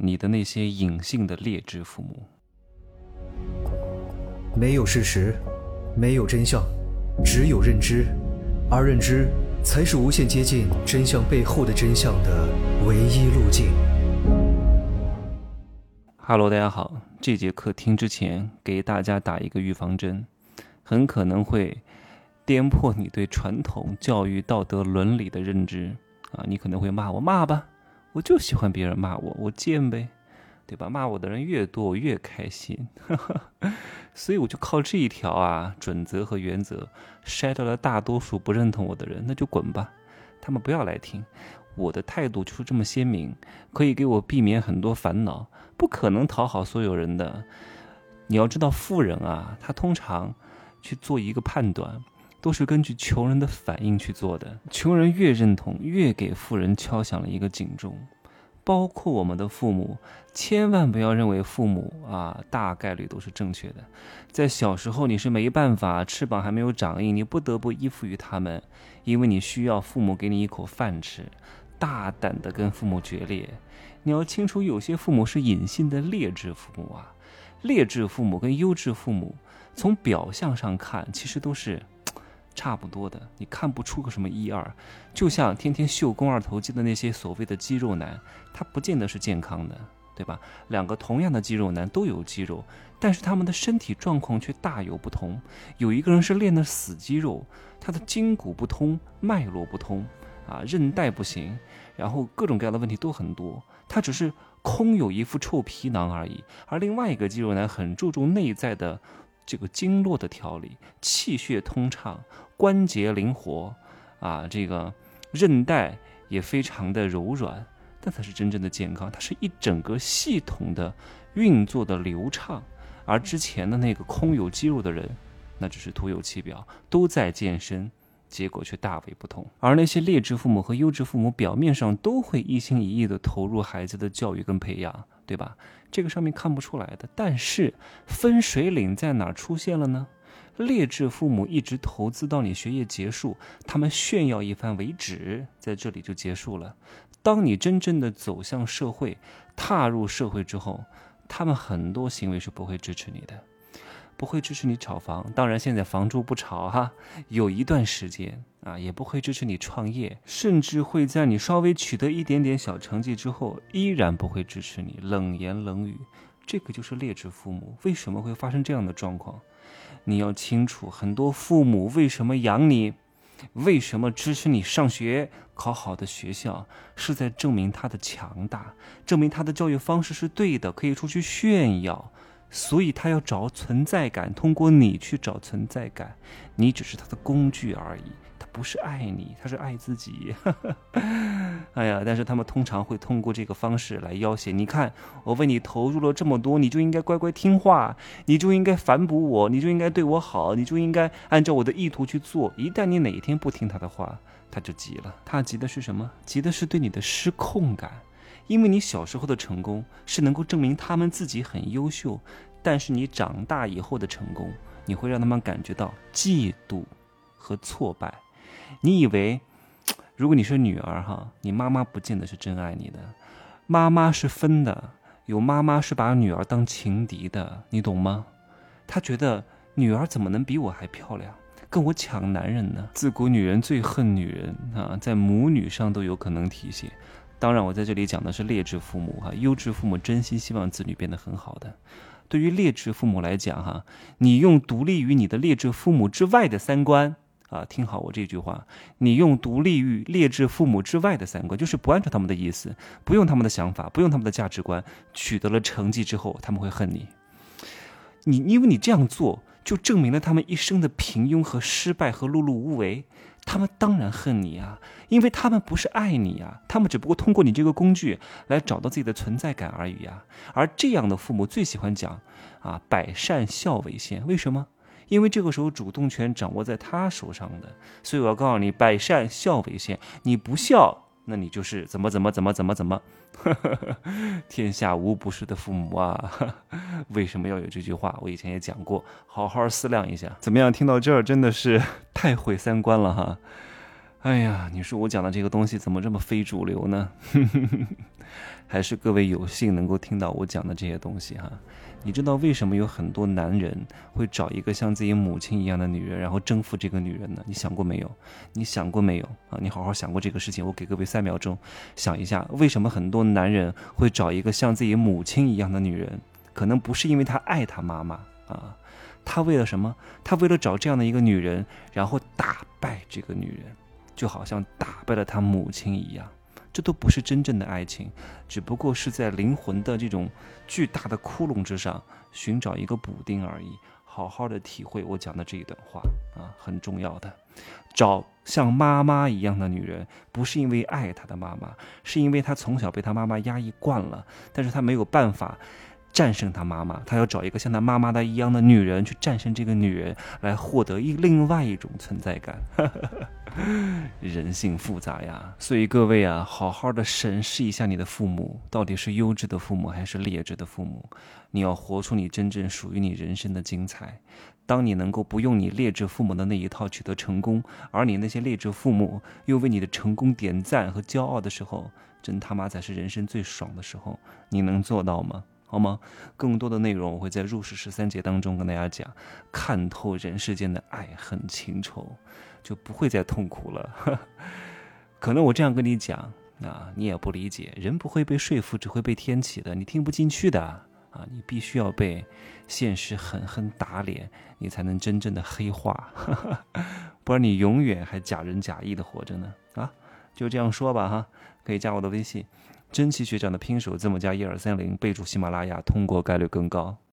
你的那些隐性的劣质父母。 没有事实，没有真相，只有认知，而认知才是无限接近真相背后的真相的唯一路径。 Hello， 大家好，这节课听之前给大家打一个预防针，很可能会颠破你对传统教育道德伦理的认知啊！你可能会骂我，骂吧，我就喜欢别人骂我，我贱呗，对吧？骂我的人越多，我越开心，所以我就靠这一条准则和原则筛掉了大多数不认同我的人，那就滚吧，他们不要来听。我的态度就是这么鲜明，可以给我避免很多烦恼，不可能讨好所有人的。你要知道，富人他通常去做一个判断，都是根据穷人的反应去做的。穷人越认同，越给富人敲响了一个警钟。包括我们的父母，千万不要认为父母大概率都是正确的。在小时候你是没办法，翅膀还没有长硬，你不得不依附于他们，因为你需要父母给你一口饭吃。大胆的跟父母决裂，你要清楚，有些父母是隐性的劣质父母劣质父母跟优质父母从表象上看其实都是差不多的，你看不出个什么一二。就像天天秀肱二头肌的那些所谓的肌肉男，他不见得是健康的，对吧？两个同样的肌肉男都有肌肉，但是他们的身体状况却大有不同。有一个人是练的死肌肉，他的筋骨不通，脉络不通韧带不行，然后各种各样的问题都很多，他只是空有一副臭皮囊而已。而另外一个肌肉男很注重内在的这个经络的调理，气血通畅，关节灵活这个韧带也非常的柔软，但才是真正的健康，它是一整个系统的运作的流畅。而之前的那个空有肌肉的人，那只是徒有其表，都在健身，结果却大为不同。而那些劣质父母和优质父母表面上都会一心一意地投入孩子的教育跟培养，对吧？这个上面看不出来的，但是分水岭在哪儿出现了呢？劣质父母一直投资到你学业结束，他们炫耀一番为止，在这里就结束了。当你真正的走向社会，踏入社会之后，他们很多行为是不会支持你的，不会支持你炒房，当然现在房住不炒有一段时间也不会支持你创业，甚至会在你稍微取得一点点小成绩之后，依然不会支持你，冷言冷语。这个就是劣质父母。为什么会发生这样的状况？你要清楚，很多父母为什么养你，为什么支持你上学考好的学校，是在证明他的强大，证明他的教育方式是对的，可以出去炫耀。所以他要找存在感，通过你去找存在感，你只是他的工具而已，他不是爱你，他是爱自己。但是他们通常会通过这个方式来要挟，你看我为你投入了这么多，你就应该乖乖听话，你就应该反哺我，你就应该对我好，你就应该按照我的意图去做。一旦你哪一天不听他的话，他就急了。他急的是什么？急的是对你的失控感。因为你小时候的成功是能够证明他们自己很优秀，但是你长大以后的成功，你会让他们感觉到嫉妒和挫败。你以为如果你是女儿你妈妈不见得是真爱你的，妈妈是分的，有妈妈是把女儿当情敌的，你懂吗？她觉得女儿怎么能比我还漂亮，跟我抢男人呢？自古女人最恨女人在母女上都有可能体现。当然我在这里讲的是劣质父母优质父母真心希望子女变得很好的。对于劣质父母来讲你用独立于你的劣质父母之外的三观听好我这句话，你用独立于劣质父母之外的三观，就是不按照他们的意思，不用他们的想法，不用他们的价值观，取得了成绩之后，他们会恨你。因为你这样做就证明了他们一生的平庸和失败和碌碌无为，他们当然恨你因为他们不是爱你他们只不过通过你这个工具来找到自己的存在感而已而这样的父母最喜欢讲百善孝为先。为什么？因为这个时候主动权掌握在他手上的，所以我要告诉你，百善孝为先，你不孝，那你就是怎么天下无不是的父母为什么要有这句话？我以前也讲过，好好思量一下。怎么样？听到这儿真的是太毁三观了哎呀，你说我讲的这个东西怎么这么非主流呢？还是各位有幸能够听到我讲的这些东西哈。你知道为什么有很多男人会找一个像自己母亲一样的女人，然后征服这个女人呢？你想过没有？你想过没有啊？你好好想过这个事情。我给各位3秒钟想一下，为什么很多男人会找一个像自己母亲一样的女人？可能不是因为他爱他妈妈啊，他为了什么？他为了找这样的一个女人，然后打败这个女人，就好像打败了他母亲一样。这都不是真正的爱情，只不过是在灵魂的这种巨大的窟窿之上寻找一个补丁而已。好好的体会我讲的这一段话啊，很重要的。找像妈妈一样的女人，不是因为爱她的妈妈，是因为她从小被她妈妈压抑惯了，但是她没有办法战胜她妈妈，她要找一个像她妈妈的一样的女人去战胜这个女人，来获得另外一种存在感。人性复杂呀，所以各位啊，好好的审视一下你的父母，到底是优质的父母还是劣质的父母。你要活出你真正属于你人生的精彩。当你能够不用你劣质父母的那一套取得成功，而你那些劣质父母又为你的成功点赞和骄傲的时候，真他妈才是人生最爽的时候。你能做到吗？好吗？更多的内容我会在入世13节当中跟大家讲，看透人世间的爱恨情仇，就不会再痛苦了。可能我这样跟你讲啊，你也不理解，人不会被说服，只会被天启的，你听不进去的啊，你必须要被现实狠狠打脸，你才能真正的黑化，不然你永远还假仁假义的活着呢啊！就这样说吧哈，可以加我的微信。真奇学长的拼手字母加1230，备注喜马拉雅，通过概率更高。